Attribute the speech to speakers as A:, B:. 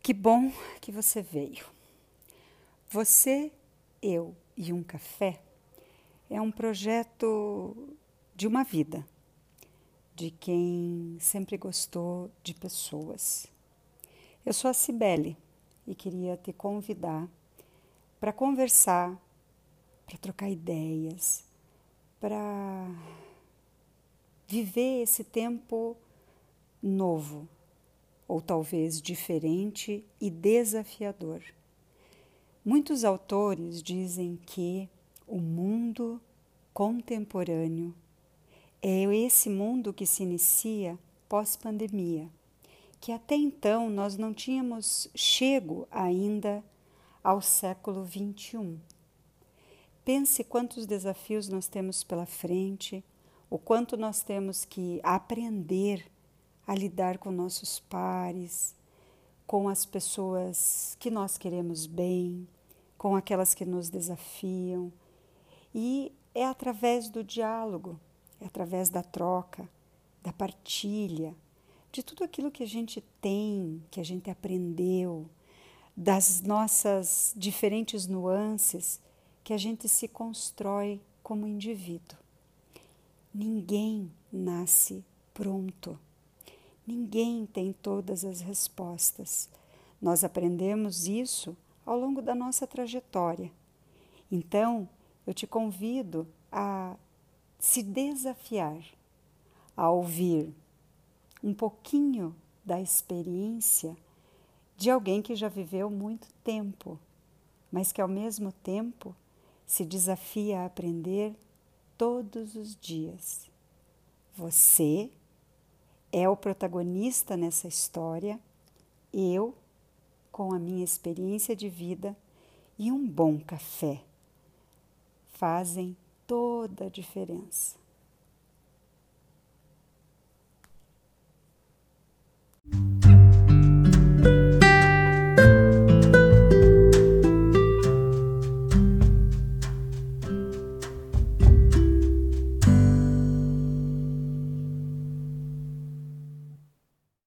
A: Que bom que você veio. Você, eu e um café é um projeto de uma vida, de quem sempre gostou de pessoas. Eu sou a Cibele e queria te convidar para conversar, para trocar ideias, para viver esse tempo novo, ou talvez diferente e desafiador. Muitos autores dizem que o mundo contemporâneo é esse mundo que se inicia pós-pandemia, que até então nós não tínhamos chego ainda ao século XXI. Pense quantos desafios nós temos pela frente, o quanto nós temos que aprender a lidar com nossos pares, com as pessoas que nós queremos bem, com aquelas que nos desafiam. E é através do diálogo, é através da troca, da partilha, de tudo aquilo que a gente tem, que a gente aprendeu, das nossas diferentes nuances, que a gente se constrói como indivíduo. Ninguém nasce pronto. Ninguém tem todas as respostas. Nós aprendemos isso ao longo da nossa trajetória. Então, eu te convido a se desafiar, a ouvir um pouquinho da experiência de alguém que já viveu muito tempo, mas que ao mesmo tempo se desafia a aprender todos os dias. Você é o protagonista nessa história, eu, com a minha experiência de vida e um bom café, fazem toda a diferença.